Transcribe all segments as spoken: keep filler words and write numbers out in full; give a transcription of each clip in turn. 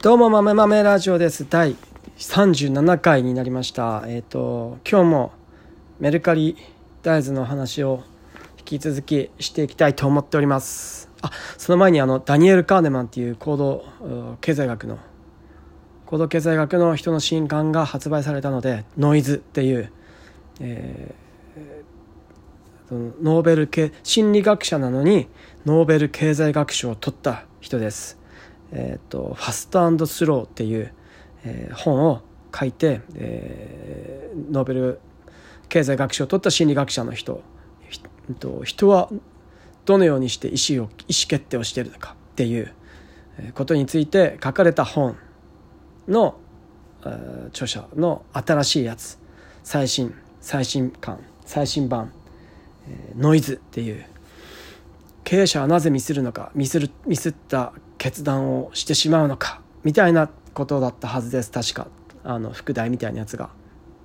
どうも豆豆ラジオです。だいさんじゅうななかいになりました。えっと今日もメルカリ大豆の話を引き続きしていきたいと思っております。あ、その前にあのダニエル・カーネマンっていう行動経済学の行動経済学の人の新刊が発売されたので、ノイズっていう、えー、ノーベル系心理学者なのにノーベル経済学賞を取った人です。えー、とファスト&スローっていう、えー、本を書いて、えー、ノーベル経済学賞を取った心理学者の人、人はどのようにして意思を意思決定をしているのかっていうことについて書かれた本の、えー、著者の新しいやつ、最新最新刊最新版、えー、ノイズっていう、経営者はなぜミスるのか、ミスるミスった決断をしてしまうのかみたいなことだったはずです。確かあの副題みたいなやつが、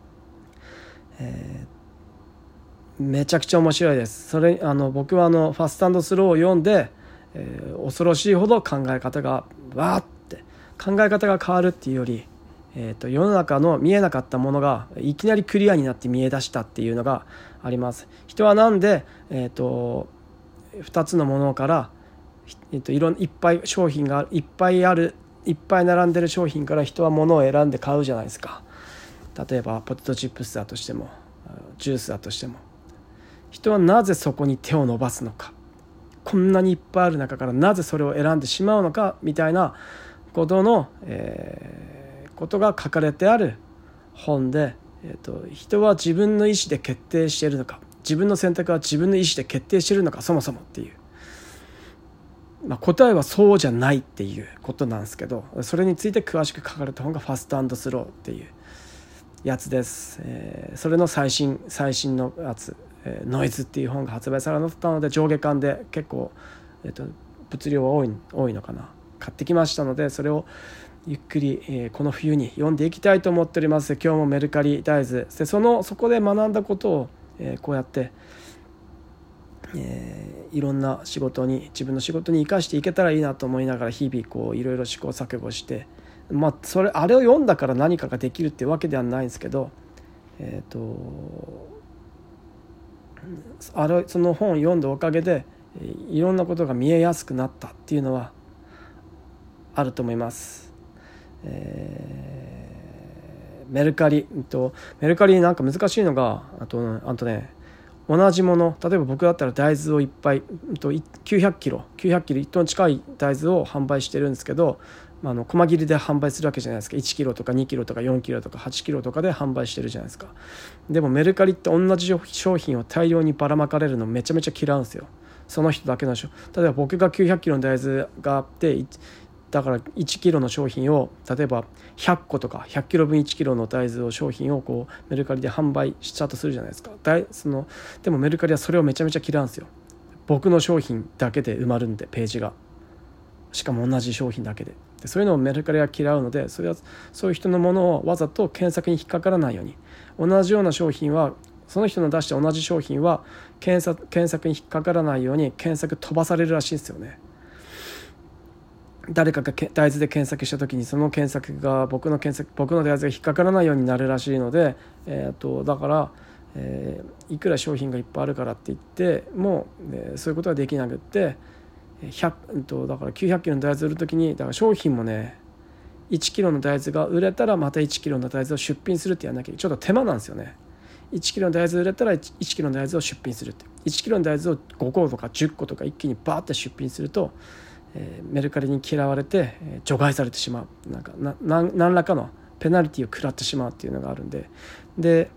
えー、めちゃくちゃ面白いです。それあの僕はあのファスト&スローを読んで、えー、恐ろしいほど考え方がわーって考え方が変わるっていうより、えー、と世の中の見えなかったものがいきなりクリアになって見え出したっていうのがあります。人はなんで、えー、とふたつのものから、えっと、いろんいっぱい商品がいっぱいあるいっぱい並んでる商品から人は物を選んで買うじゃないですか。例えばポテトチップスだとしてもジュースだとしても、人はなぜそこに手を伸ばすのか、こんなにいっぱいある中からなぜそれを選んでしまうのかみたいなことの、えー、ことが書かれてある本で、えっと、人は自分の意思で決定しているのか、自分の選択は自分の意思で決定しているのか、そもそもっていう、まあ、答えはそうじゃないっていうことなんですけど、それについて詳しく書かれた本がファスト&スローっていうやつです。えー、それの最新最新のやつ、えー、ノイズっていう本が発売されたので、上下巻で結構、えー、と物量は多い多いのかな、買ってきましたので、それをゆっくり、えー、この冬に読んでいきたいと思っております。今日もメルカリ大豆でそのそこで学んだことを、えー、こうやって、えー、いろんな仕事に自分の仕事に生かしていけたらいいなと思いながら、日々こういろいろ試行錯誤して、まあそれあれを読んだから何かができるっていうわけではないんですけど、えっとあれその本を読んだおかげでいろんなことが見えやすくなったっていうのはあると思います。えー、メルカリとメルカリなんか難しいのが、あとあとね同じもの、例えば僕だったら大豆をいっぱいきゅうひゃくキロきゅうひゃくキロいっトン近い大豆を販売してるんですけど、あの細切りで販売するわけじゃないですか。いちキロとかにキロとかよんキロとかはちキロとかで販売してるじゃないですか。でもメルカリって同じ商品を大量にばらまかれるのめちゃめちゃ嫌うんですよ。その人だけの商例えば僕がきゅうひゃくキロの大豆があって、だからいちキロの商品を例えばひゃっことかひゃっキロぶんいちキロの大豆を商品をこうメルカリで販売しちゃうとするじゃないですか。だいそのでもメルカリはそれをめちゃめちゃ嫌うんですよ。僕の商品だけで埋まるんで、ページが、しかも同じ商品だけで。でそういうのをメルカリは嫌うので、それはそういう人のものをわざと検索に引っかからないように、同じような商品はその人の出した同じ商品は検索、検索に引っかからないように検索飛ばされるらしいんですよね。誰かが大豆で検索した時にその検索が僕の検索僕の大豆が引っかからないようになるらしいので、えー、とだから、えー、いくら商品がいっぱいあるからって言ってもう、えー、そういうことはできなくってひゃく、とだからきゅうひゃくキロの大豆売る時に、だから商品もねいちキロの大豆が売れたらまたいちキロの大豆を出品するってやらなきゃちょっと手間なんですよね。いちキロの大豆売れたら 1, いちキロの大豆を出品するって、いちキロの大豆をごことかじゅっことか一気にバーって出品すると、えー、メルカリに嫌われて、えー、除外されてしまう、なんかなな何らかのペナルティを食らってしまうっていうのがあるんで、で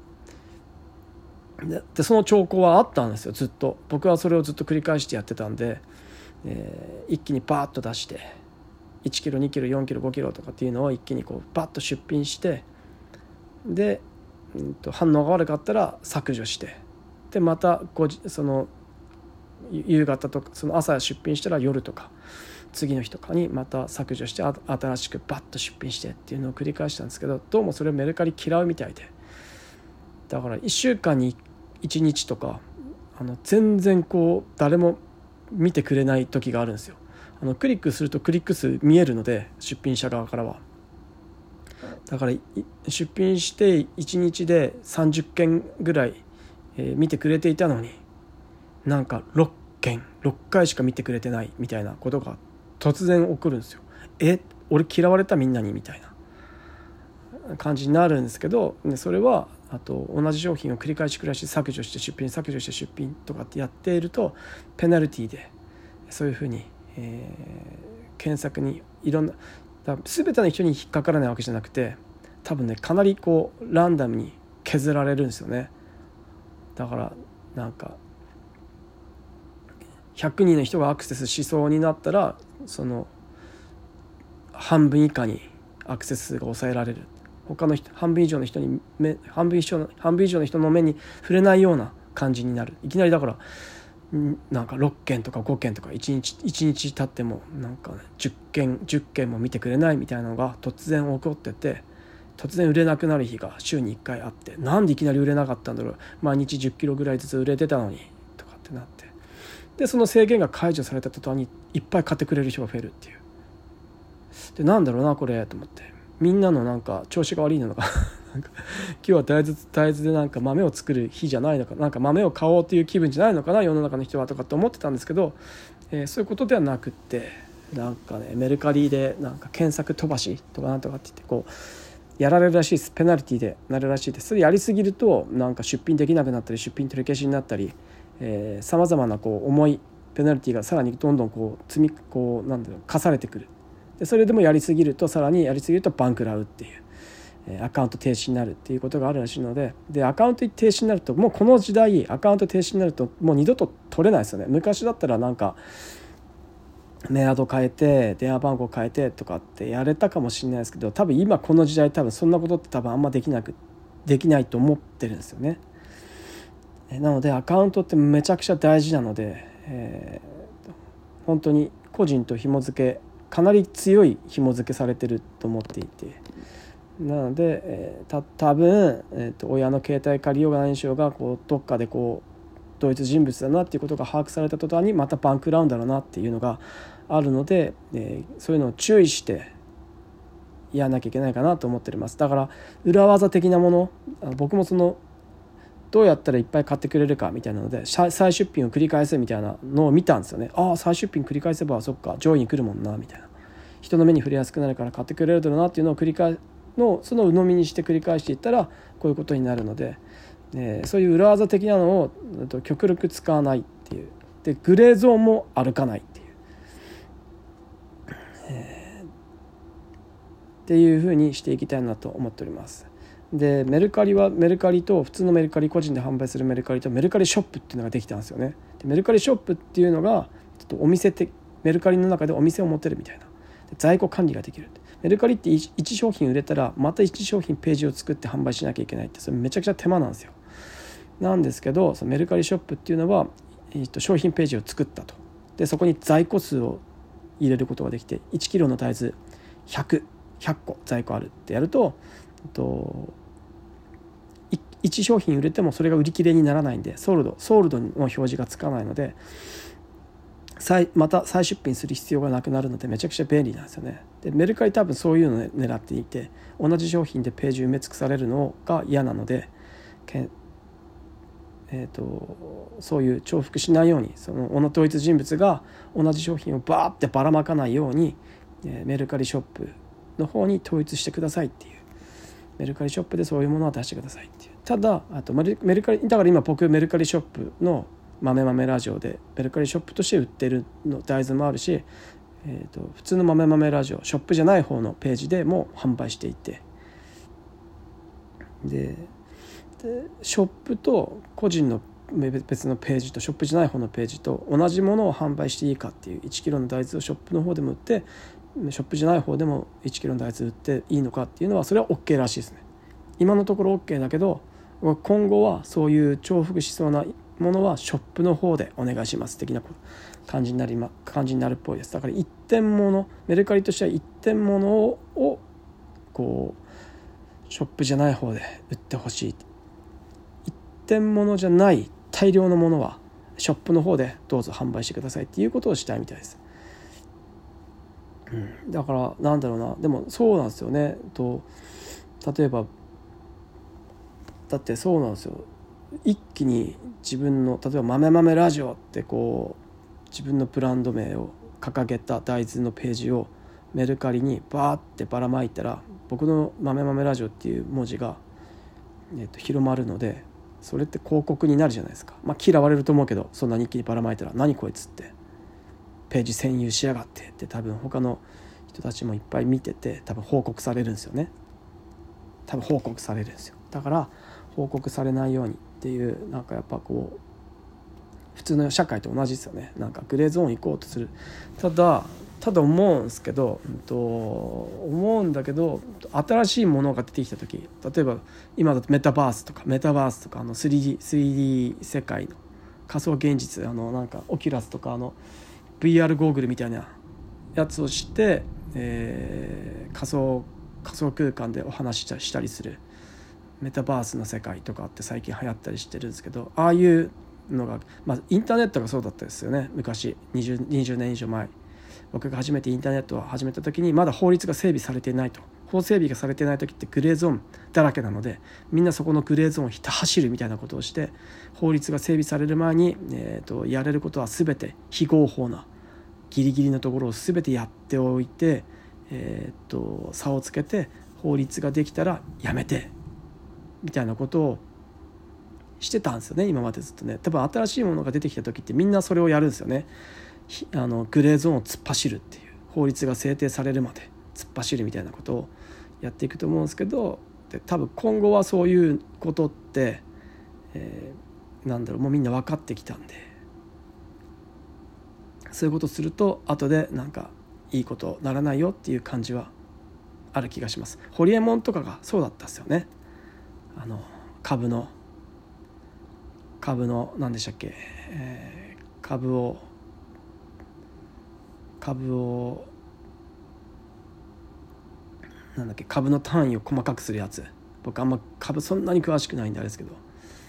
でその兆候はあったんですよ、ずっと。僕はそれをずっと繰り返してやってたんで、えー、一気にバーッと出していちキロにキロよんキロごキロとかっていうのを一気にこうバッと出品して、で、うん、と反応が悪かったら削除して、でまたごその夕方とかその朝出品したら夜とか次の日とかにまた削除して新しくバッと出品してっていうのを繰り返したんですけど、どうもそれをメルカリ嫌うみたいで、だからいっしゅうかんにいちにちとかあの全然こう誰も見てくれない時があるんですよ。 あのクリックするとクリック数見えるので、出品者側からは。だから出品していちにちでさんじゅっけんぐらい、えー、見てくれていたのに、なんかろっけんろっかいしか見てくれてないみたいなことが突然起こるんですよ。え俺嫌われたみんなにみたいな感じになるんですけど、それはあと同じ商品を繰り返し繰り返し削除して出品削除して出品とかってやっていると、ペナルティでそういうふうに、えー、検索にいろんなだ全ての人に引っかからないわけじゃなくて、多分ねかなりこうランダムに削られるんですよね。だからなんかひゃくにんの人がアクセスしそうになったら、その半分以下にアクセス数が抑えられる。他の人半分以上の人に目半分以上の半分以上の人の目に触れないような感じになる。いきなりだからなんかろっけんとかごけんとかいちにちいちにち経ってもなんか、ね、じゅっけんじゅっけんも見てくれないみたいなのが突然起こってて、突然売れなくなる日が週にいっかいあって、なんでいきなり売れなかったんだろう、毎日じゅっキロぐらいずつ売れてたのにとかってなって、でその制限が解除された途端にいっぱい買ってくれる人が増えるっていう。でなんだろうなこれと思って、みんなのなんか調子が悪いのかなんか今日は大豆大豆でなんか豆を作る日じゃないのか、なんか豆を買おうという気分じゃないのかな世の中の人はとかって思ってたんですけど、えー、そういうことではなくって、なんかねメルカリでなんか検索飛ばしとかなんとかって言ってこうやられるらしいです。ペナルティでなるらしいです。それやりすぎるとなんか出品できなくなったり出品取り消しになったり、さまざまなこう重いペナルティがさらにどんどんこう積みこうなんだろう課されてくる。でそれでもやりすぎるとさらにやりすぎるとバンクラウっていう、えー、アカウント停止になるっていうことがあるらしいので、でアカウント停止になるともうこの時代アカウント停止になるともう二度と取れないですよね。昔だったらなんかメアド変えて電話番号変えてとかってやれたかもしれないですけど、多分今この時代多分そんなことって多分あんまできなくできないと思ってるんですよね。なのでアカウントってめちゃくちゃ大事なので、えー、本当に個人と紐付けかなり強い紐付けされてると思っていて、なので、えー、た多分、えー、と親の携帯借りようが何しようがこうどっかでこう同一人物だなっていうことが把握された途端にまたバンクラウンだろうなっていうのがあるので、えー、そういうのを注意してやらなきゃいけないかなと思っております。だから裏技的なもの、僕もそのどうやったらいっぱい買ってくれるかみたいなので再出品を繰り返すみたいなのを見たんですよね。ああ再出品繰り返せばそっか上位に来るもんなみたいな、人の目に触れやすくなるから買ってくれるだろうなっていうのを繰り返のその鵜呑みにして繰り返していったらこういうことになるので、えー、そういう裏技的なのを極力使わないっていう、でグレーゾーンも歩かないっていう、えー、っていうふうにしていきたいなと思っております。でメルカリはメルカリと普通のメルカリ、個人で販売するメルカリとメルカリショップっていうのができたんですよね。でメルカリショップっていうのがちょっとお店ってメルカリの中でお店を持てるみたいな、で在庫管理ができる。メルカリっていち商品売れたらまたいち商品ページを作って販売しなきゃいけないって、それめちゃくちゃ手間なんですよ。なんですけどそのメルカリショップっていうのは、えー、と商品ページを作ったと。でそこに在庫数を入れることができていちキロの大豆ひゃく、ひゃっこ在庫あるってやると、えっといち商品売れてもそれが売り切れにならないんでソールドソールドの表示がつかないので再また再出品する必要がなくなるのでめちゃくちゃ便利なんですよね。でメルカリ多分そういうのを狙っていて、同じ商品でページ埋め尽くされるのが嫌なので、けえー、とそういう重複しないように、その同一人物が同じ商品をバーってばらまかないように、えー、メルカリショップの方に統一してくださいっていう、メルカリショップでそういうものは出してくださいっていう。ただあとメルカリだから今僕メルカリショップの豆豆ラジオでメルカリショップとして売ってるの大豆もあるし、えー、と普通の豆豆ラジオショップじゃない方のページでも販売していて、ででショップと個人の別のページとショップじゃない方のページと同じものを販売していいかっていう、いちキロの大豆をショップの方でも売ってショップじゃない方でもいちキロの大豆売っていいのかっていうのはそれは OK らしいですね。今のところ OK だけど今後はそういう重複しそうなものはショップの方でお願いします的な感じになり、ま、感じになるっぽいです。だから一点物メルカリとしては一点物をこうショップじゃない方で売ってほしい、一点物じゃない大量のものはショップの方でどうぞ販売してくださいっていうことをしたいみたいです。 うん、だからなんだろうな、でもそうなんですよね。と例えばだってそうなんですよ、一気に自分の例えば豆豆ラジオってこう自分のブランド名を掲げた大豆のページをメルカリにバーってばらまいたら、僕の豆豆ラジオっていう文字が、えー、と広まるので、それって広告になるじゃないですか。まあ嫌われると思うけど、そんなに一気にばらまいたら何こいつってページ占有しやがってって多分他の人たちもいっぱい見てて、多分報告されるんですよね。多分報告されるんですよ。だから報告されないようにっていう、なんかやっぱこう普通の社会と同じですよね。なんかグレーゾーン行こうとする。ただただ思うんですけど、うんと思うんだけど新しいものが出てきた時、例えば今だとメタバースとかメタバースとかあの スリーディー, スリーディー 世界の仮想現実、あのなんかオキュラスとかあの ブイアール ゴーグルみたいなやつをして、えー、仮想仮想空間でお話ししたりするメタバースの世界とかって最近流行ったりしてるんですけど、ああいうのが、まあ、インターネットがそうだったですよね。昔 20, 20年以上前、僕が初めてインターネットを始めた時にまだ法律が整備されていないと。法整備がされていない時ってグレーゾーンだらけなので、みんなそこのグレーゾーンをひた走るみたいなことをして、法律が整備される前に、えー、とやれることは全て非合法なギリギリのところを全てやっておいて、えー、と差をつけて法律ができたらやめてみたいなことをしてたんですよね、今までずっとね。多分新しいものが出てきた時ってみんなそれをやるんですよね。あのグレーゾーンを突っ走るっていう、法律が制定されるまで突っ走るみたいなことをやっていくと思うんですけど、で多分今後はそういうことって、えー、なんだろう、もうみんな分かってきたんで、そういうことすると後でなんかいいことならないよっていう感じはある気がします。ホリエモンとかがそうだったですよね。あの株の株の何でしたっけ、えー、株を株をなんだっけ株の単位を細かくするやつ。僕あんま株そんなに詳しくないんであれですけど、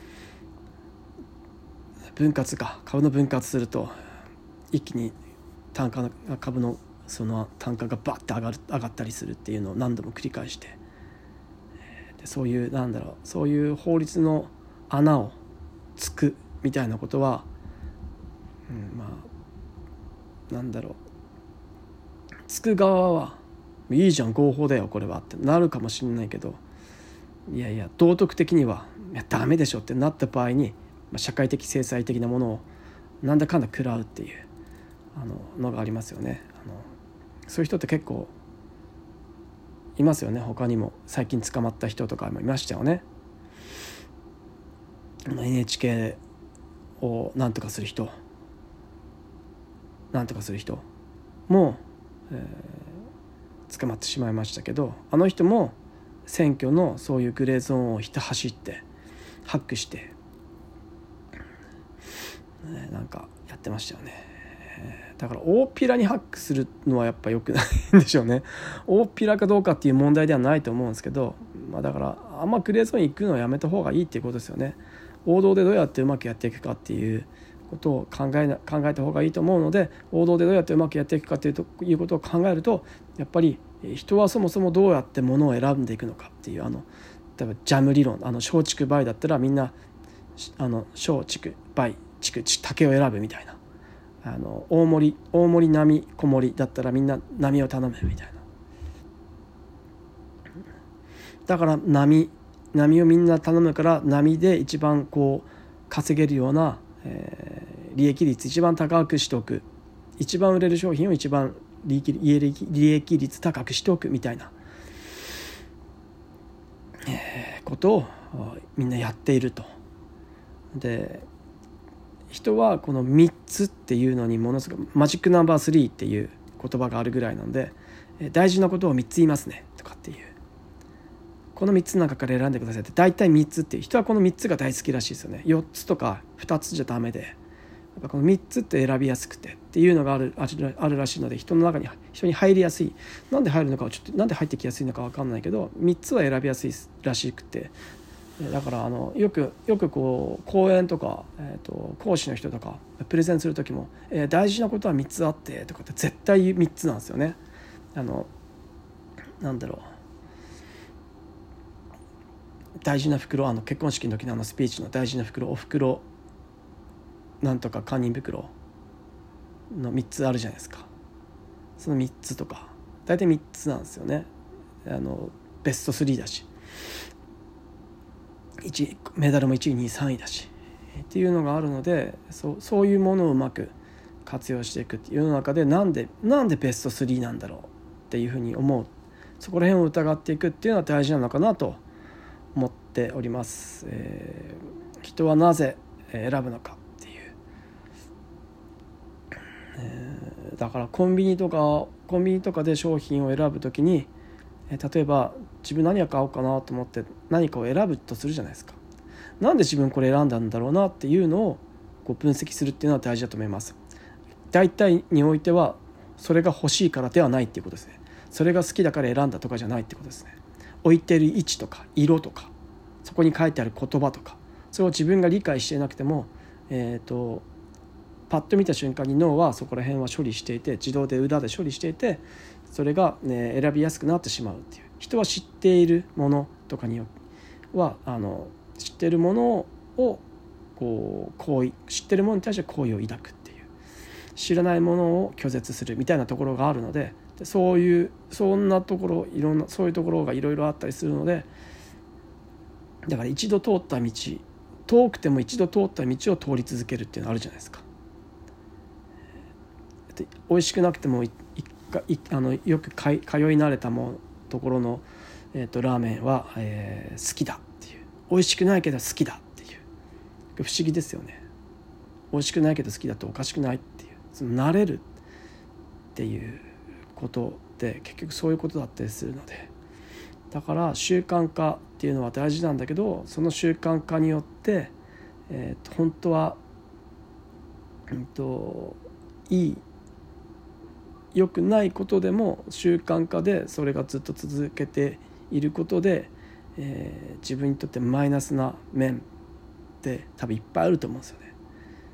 分割か株の分割すると一気に単価の株のその単価がバッて上がる上がったりするっていうのを何度も繰り返して、でそういうなんだろうそういう法律の穴をつくみたいなことは、うん、まあなんだろうつく側はいいじゃん合法だよこれはってなるかもしれないけど、いやいや道徳的にはいやダメでしょってなった場合に、まあ、社会的制裁的なものをなんだかんだ食らうっていうあののがありますよね。あのそういう人って結構いますよね。他にも最近捕まった人とかもいましたよね。エヌエイチケー をなんとかする人なんとかする人も、えー、捕まってしまいましたけど、あの人も選挙のそういうグレーゾーンをひた走ってハックして、ね、なんかやってましたよね。だから大っぴらにハックするのはやっぱ良くないんでしょうね。大っぴらかどうかっていう問題ではないと思うんですけど、まあ、だからあんまグレーゾーンに行くのはやめた方がいいっていうことですよね。王道でどうやってうまくやっていくかっていうことを考えな考えた方がいいと思うので、王道でどうやってうまくやっていくかっていうということを考えると、やっぱり人はそもそもどうやってものを選んでいくのかっていう、あの例えばジャム理論、あの松竹梅だったらみんなあの松竹梅竹竹を選ぶみたいな、あの大盛り大盛り並小盛りだったらみんな並を頼むみたいな。だから並波をみんな頼むから波で一番こう稼げるような、えー、利益率一番高くしておく、一番売れる商品を一番利益、利益率高くしておくみたいな、えー、ことをみんなやっていると。で人はこのみっつっていうのにものすごくマジックナンバースリーっていう言葉があるぐらいなので、大事なことをみっつ言いますねとかっていう、このみっつの中から選んでくださいって大体みっつっていう人はこのみっつが大好きらしいですよね。よっつとかふたつじゃダメで、やっぱこのみっつって選びやすくてっていうのがある、ある、あるらしいので、人の中に人に入りやすい、なんで入るのかちょっとなんで入ってきやすいのか分かんないけどみっつは選びやすいらしくて、だからあのよくよくこう講演とか、えー、と講師の人とかプレゼンする時も、えー、大事なことはみっつあってとかって絶対みっつなんですよね。 あのなんだろう大事な袋、あの結婚式の時のあのスピーチの大事な袋、お袋なんとか堪忍袋のみっつあるじゃないですか。そのみっつとか大体みっつなんですよね。あのベストスリーだしいちメダルもいちいにいさんいだしっていうのがあるので、そう、そういうものをうまく活用していくっていう世の中で、なんでなんでベストスリーなんだろうっていうふうに思う、そこら辺を疑っていくっていうのは大事なのかなと思っております。えー、人はなぜ選ぶのかっていう、えー、だからコンビニとかコンビニとかで商品を選ぶときに、えー、例えば自分何を買おうかなと思って何かを選ぶとするじゃないですか。なんで自分これ選んだんだろうなっていうのをこう分析するっていうのは大事だと思います。大体においてはそれが欲しいからではないっていうことですね。それが好きだから選んだとかじゃないってことですね。置いている位置とか色とかそこに書いてある言葉とか、それを自分が理解していなくても、えーと、パッと見た瞬間に脳はそこら辺は処理していて、自動で裏で処理していて、それが、ね、選びやすくなってしまうっていう。人は知っているものとかにはあの知っているものをこう好意知っているものに対して好意を抱くっていう、知らないものを拒絶するみたいなところがあるので、でそういうそんなところいろんなそういうところがいろいろあったりするので、だから一度通った道、遠くても一度通った道を通り続けるっていうのあるじゃないですか。で美味しくなくてもいいあのよく通い慣れたもところの、えー、とラーメンは、えー、好きだっていう、美味しくないけど好きだっていう、不思議ですよね。美味しくないけど好きだっておかしくないっていう、その慣れるっていうことで結局そういうことだったりするので、だから習慣化っていうのは大事なんだけど、その習慣化によって、えー、と本当は、うんと、いい良くないことでも習慣化でそれがずっと続けていることで、えー、自分にとってマイナスな面って多分いっぱいあると思うんですよね。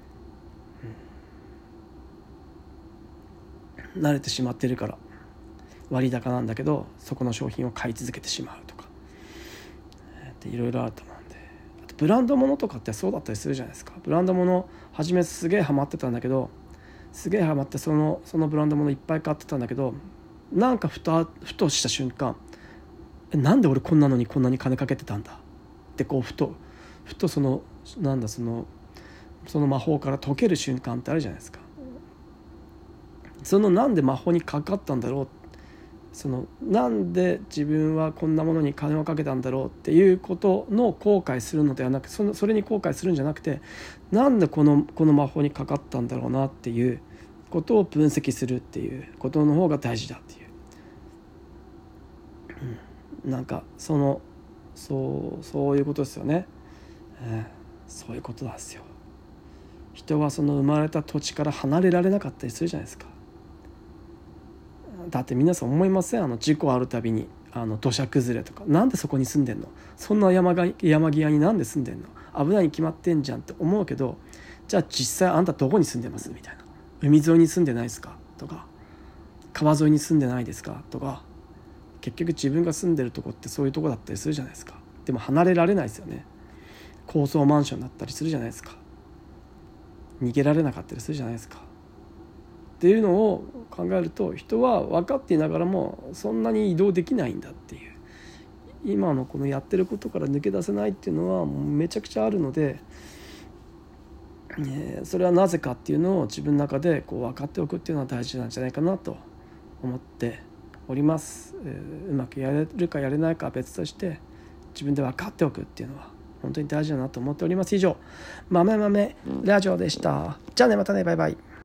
うん、慣れてしまっているから割高なんだけどそこの商品を買い続けてしまうとか、えー、っていろいろあると思うんで、あとブランド物とかってそうだったりするじゃないですか。ブランド物初めすげえハマってたんだけどすげえハマってそのそのブランド物いっぱい買ってたんだけど、なんかふとふとした瞬間、えなんで俺こんなのにこんなに金かけてたんだってこうふとふとそのなんだそのその魔法から解ける瞬間ってあるじゃないですか。そのなんで魔法にかかったんだろう、そのなんで自分はこんなものに金をかけたんだろうっていうことの後悔するのではなく、そのそれに後悔するんじゃなくて、なんでこのこの魔法にかかったんだろうなっていうことを分析するっていうことの方が大事だっていう、うん、なんかそのそうそういうことですよね、えー、そういうことなんですよ。人はその生まれた土地から離れられなかったりするじゃないですか。だって皆さん思いません？あの事故あるたびにあの土砂崩れとか、なんでそこに住んでんの、そんな山が山際になんで住んでんの、危ないに決まってんじゃんって思うけど、じゃあ実際あんたどこに住んでますみたいな、海沿いに住んでないですかとか、川沿いに住んでないですかとか、結局自分が住んでるとこってそういうとこだったりするじゃないですか。でも離れられないですよね。高層マンションだったりするじゃないですか。逃げられなかったりするじゃないですか。っていうのを考えると、人は分かっていながらもそんなに移動できないんだっていう、今のこのやってることから抜け出せないっていうのはめちゃくちゃあるので、えー、それはなぜかっていうのを自分の中でこう分かっておくっていうのは大事なんじゃないかなと思っております。えー、うまくやれるかやれないかは別として自分で分かっておくっていうのは本当に大事だなと思っております。以上、豆豆ラジオでした。じゃあね、またね、バイバイ。